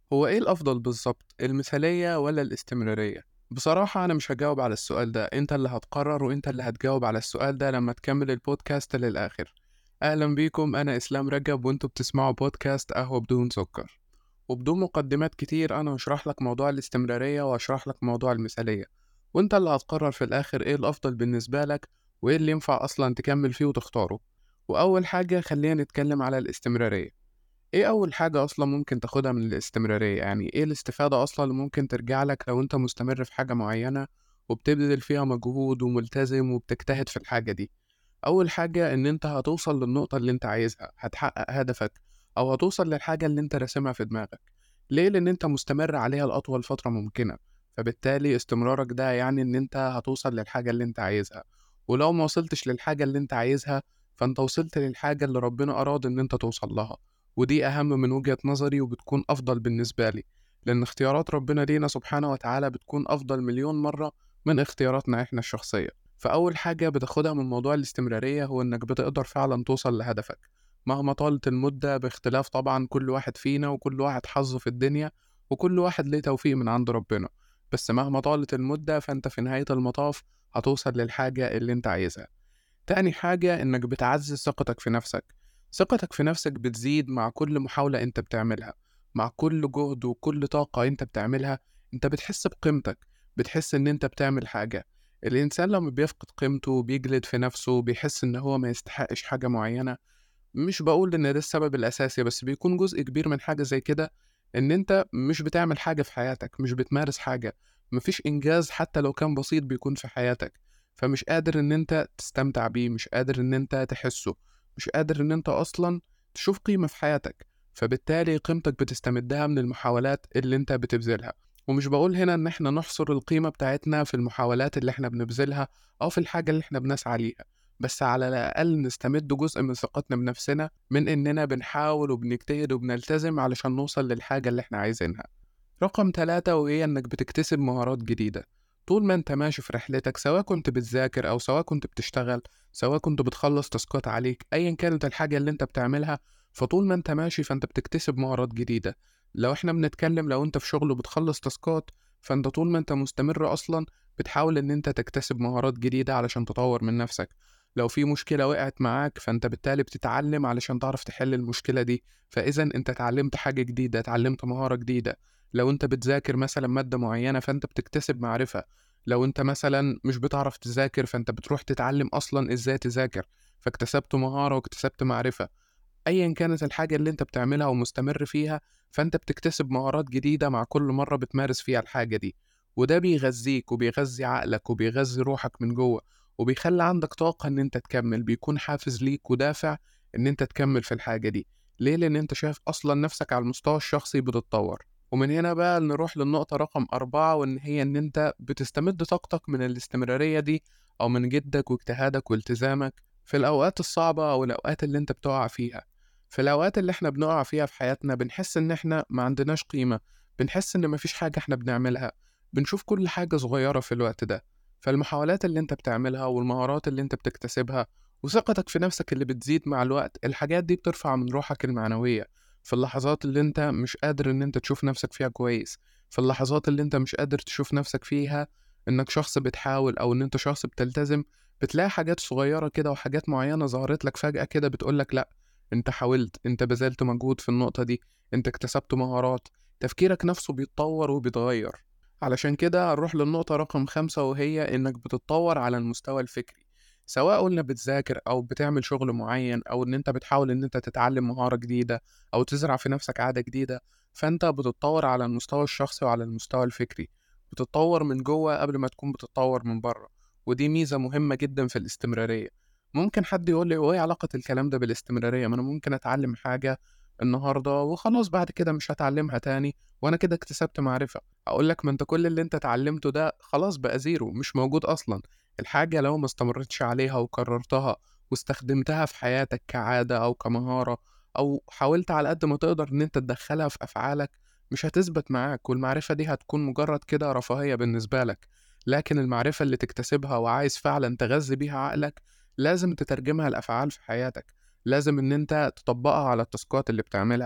هو إيه الأفضل بالضبط، المثالية والّا الاستمرارية؟ بصراحة أنا مش هاجاوب على السؤال ده، أنت اللي هتقرر وأنت اللي هتجاوب على السؤال ده لمّا تكمّل البودكاست للآخر. أهلًا بيكم، أنا إسلام رجب وأنتم بتسمعوا بودكاست قهوة بدون سكر. وبدون مقدمات كتير أنا هاشرح لك موضوع الاستمرارية وهاشرح لك موضوع المثالية، وأنت اللي هتقرر في الآخر إيه الأفضل بالنسبة لك وإيه اللي ينفع أصلًا تكمّل فيه وتختاره. وأول حاجة خلّينا نتكلم على الاستمرارية. إيه أول حاجة أصلًا ممكن تاخدها من الاستمرارية؟ يعني إيه الاستفادة أصلًا اللي ممكن ترجع لك لو أنت مستمر في حاجة معيّنة وبتبذل فيها مجهود وملتزم وبتجتهد في الحاجة دي؟ أول حاجة إن أنت هتوصل للنقطة اللي أنت عايزها، هتحقق هدفك أو هتوصل للحاجة اللي أنت راسمها في دماغك. ليه؟ لإن أنت مستمر عليها لأطول فترة ممكنة، فبالتالي استمرارك ده يعني إن أنت هتوصل للحاجة اللي أنت عايزها، ولو ما وصلتش للحاجة اللي أنت عايزها، فأنت وصلت للحاجة اللي ربنا أراد إن أنت توصل لها. ودي أهم من وجهة نظري وبتكون أفضل بالنسبة لي، لأن اختيارات ربنا لينا سبحانه وتعالى بتكون أفضل مليون مرة من اختياراتنا إحنا الشخصية. فأول حاجة بتاخدها من موضوع الاستمرارية هو إنك بتقدر فعلا توصل لهدفك مهما طالت المدة، باختلاف طبعا كل واحد فينا وكل واحد حظه في الدنيا وكل واحد ليه توفيق من عند ربنا. بس مهما طالت المدة فأنت في نهاية المطاف هتوصل للحاجة اللي أنت عايزها. تاني حاجة إنك بتعزز ثقتك في نفسك. ثقتك في نفسك بتزيد مع كل محاولة أنت بتعملها، مع كل جهد وكل طاقة أنت بتعملها. أنت بتحس بقيمتك، بتحس إن أنت بتعمل حاجة. الإنسان لما بيفقد قيمته بيجلد في نفسه، بيحس إن هو ما يستحقش حاجة معينة. مش باقول إن ده السبب الأساسي، بس بيكون جزء كبير من حاجة زي كده، إن أنت مش بتعمل حاجة في حياتك، مش بتمارس حاجة، ما فيش إنجاز حتى لو كان بسيط بيكون في حياتك، فمش قادر إن أنت تستمتع بيه، مش قادر إن أنت تحسه، مش قادر إن أنت أصلًا تشوف قيمة في حياتك، فبالتالي قيمتك بتستمدها من المحاولات اللي أنت بتبذلها. ومش باقول هنا إن إحنا نحصر القيمة بتاعتنا في المحاولات اللي إحنا بنبذلها أو في الحاجة اللي إحنا بنسعى ليها. بس على الأقل نستمد جزء من ثقتنا بنفسنا من إننا بنحاول وبنجتهد وبنلتزم علشان نوصل للحاجة اللي إحنا عايزينها. رقم 3 وهي إنك بتكتسب مهارات جديدة. طول ما أنت ماشي في رحلتك، سواء كنت بتذاكر أو سواء كنت بتشتغل، سواء كنت بتخلص تاسكات عليك، أيا كانت الحاجة اللي أنت بتعملها، فطول ما أنت ماشي فأنت بتكتسب مهارات جديدة. لو إحنا بنتكلم لو أنت في شغل وبتخلص تاسكات، فأنت طول ما أنت مستمر أصلا بتحاول إن أنت تكتسب مهارات جديدة علشان تطور من نفسك. لو في مشكلة وقعت معاك فأنت بالتالي بتتعلم علشان تعرف تحل المشكلة دي، فإذا أنت اتعلمت حاجة جديدة، اتعلمت مهارة جديدة. لو أنت بتذاكر مثلًا مادة معيّنة، فأنت بتكتسب معرفة. لو أنت مثلًا مش بتعرف تذاكر، فأنت بتروح تتعلم أصلًا إزاي تذاكر، فاكتسبت مهارة واكتسبت معرفة. أيًا كانت الحاجة اللي أنت بتعملها ومستمر فيها، فأنت بتكتسب مهارات جديدة مع كل مرّة بتمارس فيها الحاجة دي، وده بيغذّيك وبيغذّي عقلك وبيغذّي روحك من جوّه، وبيخلّي عندك طاقة إن أنت تكمّل، بيكون حافز ليك ودافع إن أنت تكمّل في الحاجة دي. ليه؟ لإن أنت شايف أصلًا نَفْسك على المستوى الشخصي بتتطوّر. ومن هنا بقى نروح للنقطة رقم 4 وإن هي إن أنت بتستمد طاقتك من الاستمرارية دي أو من جدّك واجتهادك والتزامك في الأوقات الصعبة أو الأوقات اللي أنت بتُقع فيها. في الأوقات اللي إحنا بنقع فيها في حياتنا بنحس إن إحنا ما عندناش قيمة، بنحس إن ما فيش حاجة إحنا بنعملها، بنشوف كل حاجة صغيرة في الوقت ده. فالمحاولات اللي أنت بتعملها والمهارات اللي أنت بتكتسبها وثقتك في نفسك اللي بتزيد مع الوقت، الحاجات دي بترفع من روحك المعنوية في اللحظات اللي أنت مش قادر إن أنت تشوف نفسك فيها كويس، في اللحظات اللي أنت مش قادر تشوف نفسك فيها إنك شخص بتحاول أو إن أنت شخص بتلتزم. بتلاقي حاجات صغيرة كده وحاجات معينة ظهرت لك فجأة كده بتقول لك لأ، أنت حاولت، أنت بذلت مجهود في النقطة دي، أنت اكتسبت مهارات، تفكيرك نفسه بيتطور وبيتغير. علشان كده هنروح للنقطة رقم 5 وهي إنك بتتطور على المستوى الفكري. سواء قلنا بتذاكر أو بتعمل شغل معين أو إن أنت بتحاول إن أنت تتعلم مهارة جديدة أو تزرع في نفسك عادة جديدة، فأنت بتتطور على المستوى الشخصي وعلى المستوى الفكري. بتتطور من جوه قبل ما تكون بتتطور من بره، ودي ميزة مهمة جدا في الاستمرارية. ممكن حد يقول لي هو إيه علاقة الكلام ده بالاستمرارية؟ ما أنا ممكن أتعلم حاجة النهاردة وخلاص بعد كده مش هاتعلمها تاني وأنا كده اكتسبت معرفة. أقول لك ما أنت كل اللي أنت اتعلمته ده خلاص بقى زيرو، مش موجود أصلا. الحاجة لو ما استمرتش عليها وكررتها واستخدمتها في حياتك كعادة أو كمهارة أو حاولت على قد ما تقدر إن أنت تدخلها في أفعالك، مش هتثبت معاك، والمعرفة دي هتكون مجرد كده رفاهية بالنسبة لك. لكن المعرفة اللي تكتسبها وعايز فعلا تغذي بيها عقلك لازم تترجمها لأفعال في حياتك، لازم إن أنت تطبّقها على التاسكات اللي بتعملها،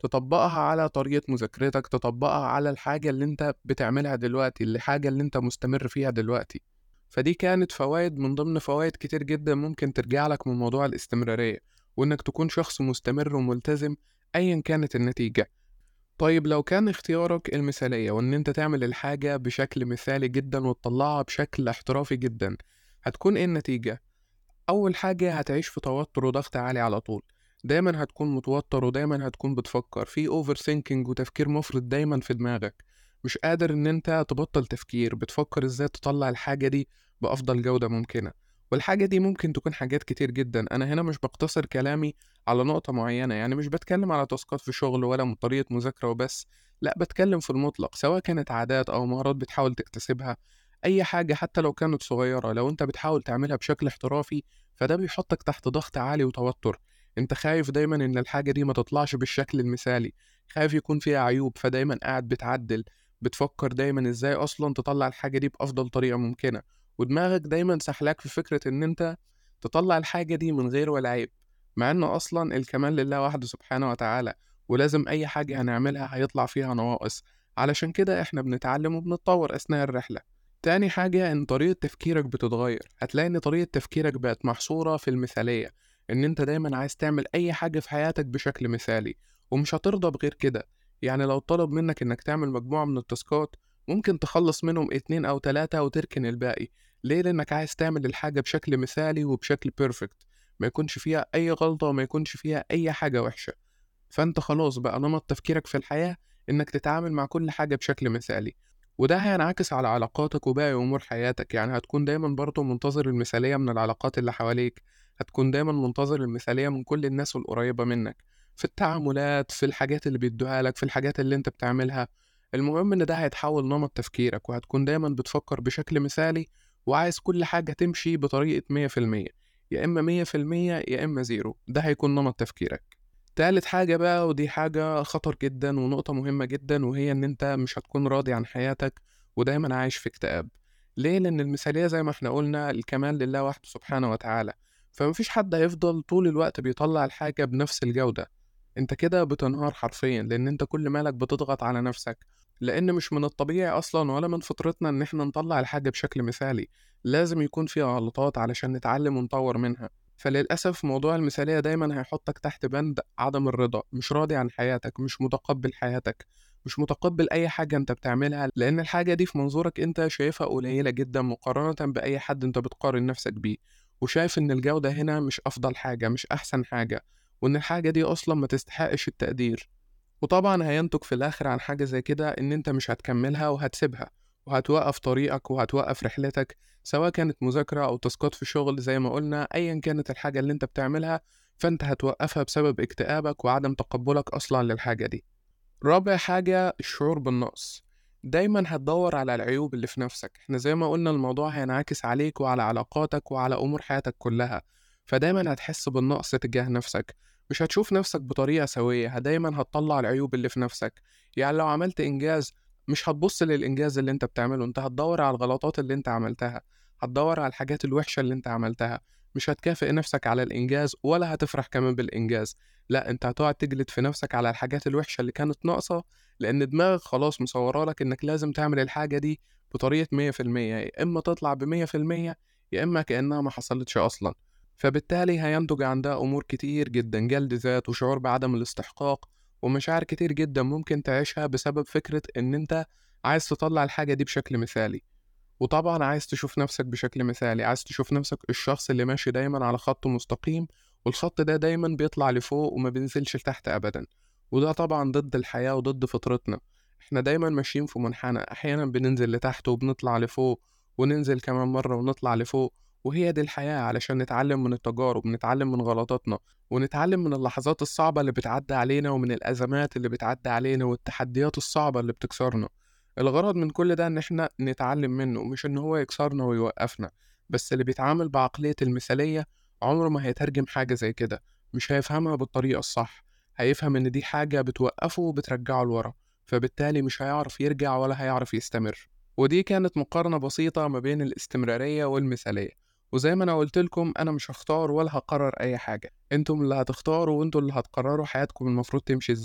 تطبّقها على طريقة مذاكرتك، تطبّقها على الحاجة اللي أنت بتعملها دلوقتي، الحاجة اللي أنت مستمر فيها دلوقتي. فدي كانت فوايد من ضمن فوايد كتير جدًا ممكن ترجع لك من موضوع الاستمرارية، وإنك تكون شخص مستمر وملتزم أيًا كانت النتيجة. طيب لو كان اختيارك المثالية وإن أنت تعمل الحاجة بشكل مثالي جدًا وتطلّعها بشكل احترافي جدًا، هتكون إيه النتيجة؟ أول حاجة هتعيش في توتر وضغط عالي على طول، دايمًا هتكون متوتر ودايمًا هتكون بتفكر في overthinking وتفكير مفرط دايمًا في دماغك، مش قادر إن أنت تبطّل تفكير، بتفكر إزاي تطلّع الحاجة دي بأفضل جودة ممكنة، والحاجة دي ممكن تكون حاجات كتير جدًا. أنا هنا مش باقتصر كلامي على نقطة معينة، يعني مش باتكلم على تاسكات في شغل ولا طريقة مذاكرة وبس، لأ باتكلم في المطلق، سواء كانت عادات أو مهارات بتحاول تكتسبها، أي حاجة حتى لو كانت صغيرة، لو أنت بتحاول تعملها بشكل احترافي فده بيحطك تحت ضغط عالي وتوتر. انت خايف دايما ان الحاجة دي ما تطلعش بالشكل المثالي، خايف يكون فيها عيوب، فدايما قاعد بتعدل، بتفكر دايما ازاي اصلا تطلع الحاجة دي بافضل طريقة ممكنة، ودماغك دايما سحلاك في فكرة ان انت تطلع الحاجة دي من غير ولا عيب، مع ان اصلا الكمال لله وحده سبحانه وتعالى، ولازم اي حاجة هنعملها هيطلع فيها نواقص. علشان كده احنا بنتعلم وبنتطور اثناء الرحلة. تاني حاجة إن طريقة تفكيرك بتتغير، هتلاقي إن طريقة تفكيرك بقت محصورة في المثالية، إن أنت دايما عايز تعمل أي حاجة في حياتك بشكل مثالي، ومش هترضى بغير كده. يعني لو طلب منك إنك تعمل مجموعة من التاسكات، ممكن تخلص منهم 2 أو 3 وتركن الباقي. ليه؟ لأنك عايز تعمل الحاجة بشكل مثالي وبشكل بيرفكت، ما يكونش فيها أي غلطة وما يكونش فيها أي حاجة وحشة. فأنت خلاص بقى نمط تفكيرك في الحياة إنك تتعامل مع كل حاجة بشكل مثالي، وده هينعكس على علاقاتك وباقي أمور حياتك. يعني هتكون دايما برضه منتظر المثالية من العلاقات اللي حواليك، هتكون دايما منتظر المثالية من كل الناس القريبة منك، في التعاملات، في الحاجات اللي بيدوها لك، في الحاجات اللي انت بتعملها. المهم إن ده هيتحول نمط تفكيرك، وهتكون دايما بتفكر بشكل مثالي، وعايز كل حاجة تمشي بطريقة 100%، يا إما 100% يا إما زيرو. ده هيكون نمط تفكيرك. تالت حاجة بقى، ودي حاجة خطر جدًا ونقطة مهمة جدًا، وهي إن أنت مش هتكون راضي عن حياتك ودايمًا عايش في اكتئاب. ليه؟ لأن المثالية زي ما إحنا قُلنا الكمال لله وحده سبحانه وتعالى، فما فيش حد هيفضل طول الوقت بيطلّع الحاجة بنفس الجودة. أنت كده بتنهار حرفيًا، لأن أنت كل مالك بتضغط على نفسك، لأن مش من الطبيعي أصلًا ولا من فطرتنا إن إحنا نطلّع الحاجة بشكل مثالي، لازم يكون فيها غلطات علشان نتعلم ونطوّر منها. فللأسف موضوع المثالية دايمًا هيحطك تحت بند عدم الرضا، مش راضي عن حياتك، مش متقبل حياتك، مش متقبل أي حاجة أنت بتعملها، لأن الحاجة دي في منظورك أنت شايفها قليلة جدًا مقارنة بأي حد أنت بتقارن نفسك بيه، وشايف إن الجودة هنا مش أفضل حاجة، مش أحسن حاجة، وإن الحاجة دي أصلًا ما تستحقش التقدير. وطبعًا هينتج في الآخر عن حاجة زي كده إن أنت مش هتكمّلها وهتسيبها، وهتوقّف طريقك وهتوقّف رحلتك، سواء كانت مذاكرة أو تاسكات في شغل زي ما قُلنا، أيًا كانت الحاجة اللي أنت بتعملها، فأنت هتوقّفها بسبب اكتئابك وعدم تقبُّلك أصلًا للحاجة دي. رابع حاجة الشعور بالنقص، دايمًا هتدوّر على العيوب اللي في نَفْسك، إحنا زي ما قُلنا الموضوع هينعكس عليك وعلى علاقاتك وعلى أمور حياتك كلّها، فدايمًا هتحس بالنقص تجاه نَفْسك، مش هتشوف نَفْسك بطريقة سوية، دايمًا هتطلّع العيوب اللي في نَفْسك. يعني لو عملت إنجاز مش هتبُص للإنجاز اللي أنت بتعمله، أنت هتدوّر على الغلطات اللي أنت عملتها، هتدوّر على الحاجات الوحشة اللي أنت عملتها، مش هتكافئ نَفْسك على الإنجاز ولا هتفرح كمان بالإنجاز، لأ أنت هتقعد تجلد في نَفْسك على الحاجات الوحشة اللي كانت ناقصة، لأن دماغك خلاص مصوّرة لك إنك لازم تعمل الحاجة دي بطريقة 100%، يا إما تطلع ب100% يا إما كأنها ما حصلتش أصلًا. فبالتالي هينتج عن ده أمور كتير جدًا، جلد ذات وشعور بعدم الاستحقاق، ومشاعر كتير جدًا ممكن تعيشها بسبب فكرة إن أنت عايز تطلّع الحاجة دي بشكل مثالي. وطبعًا عايز تشوف نَفْسك بشكل مثالي، عايز تشوف نَفْسك الشخص اللي ماشي دايمًا على خط مستقيم، والخط ده دايمًا بيطلع لفوق وما بينزلش لتحت أبدًا، وده طبعًا ضد الحياة وضد فطرتنا. إحنا دايمًا ماشيين في منحنى، أحيانًا بننزل لتحت وبنطلع لفوق، وننزل كمان مرّة ونطلع لفوق، وهي دي الحياة علشان نتعلم من التجارب، نتعلم من غلطاتنا، ونتعلم من اللحظات الصعبة اللي بتعدّي علينا ومن الأزمات اللي بتعدّي علينا والتحديات الصعبة اللي بتكسرنا. الغرض من كل ده إن إحنا نتعلم منه، مش إن هو يكسرنا ويوقّفنا. بس اللي بيتعامل بعقلية المثالية عمره ما هيترجم حاجة زي كده، مش هيفهمها بالطريقة الصح، هيفهم إن دي حاجة بتوقّفه وبترجّعه لورا، فبالتالي مش هيعرف يرجع ولا هيعرف يستمر. ودي كانت مقارنة بسيطة ما بين الاستمرارية والمثالية، وزي ما أنا قُلت لكم أنا مش هاختار ولا هاقرر أي حاجة، أنتم اللي هتختاروا وأنتم اللي هتقرروا حياتكم المفروض تمشي إزاي.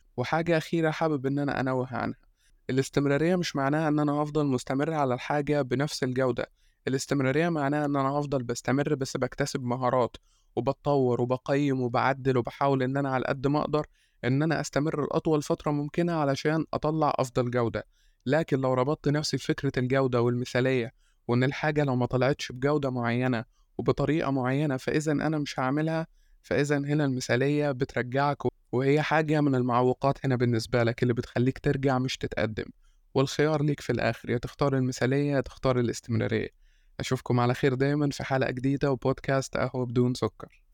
وحاجة أخيرة حابب إن أنا أنوه عنها، الاستمرارية مش معناها إن أنا هافضل مستمر على الحاجة بنفس الجودة، الاستمرارية معناها إن أنا هافضل باستمر بس باكتسب مهارات، وباتطور وباقيّم وباعدّل وباحاول إن أنا على قد ما أقدر إن أنا أستمر لأطول فترة ممكنة علشان أطلّع أفضل جودة، لكن لو ربطت نفسي بفكرة الجودة والمثالية، وإن الحاجة لو ما طلعتش بجودة معيّنة وبطريقة معيّنة فإذًا أنا مش هاعملها، فإذًا هنا المثالية بترجّعك وهي حاجة من المعوقات هنا بالنسبة لك اللي بتخلّيك ترجع مش تتقدّم، والخيار ليك في الآخر يا تختار المثالية يا تختار الاستمرارية. أشوفكم على خير دايمًا في حلقة جديدة وبودكاست قهوة بدون سكر.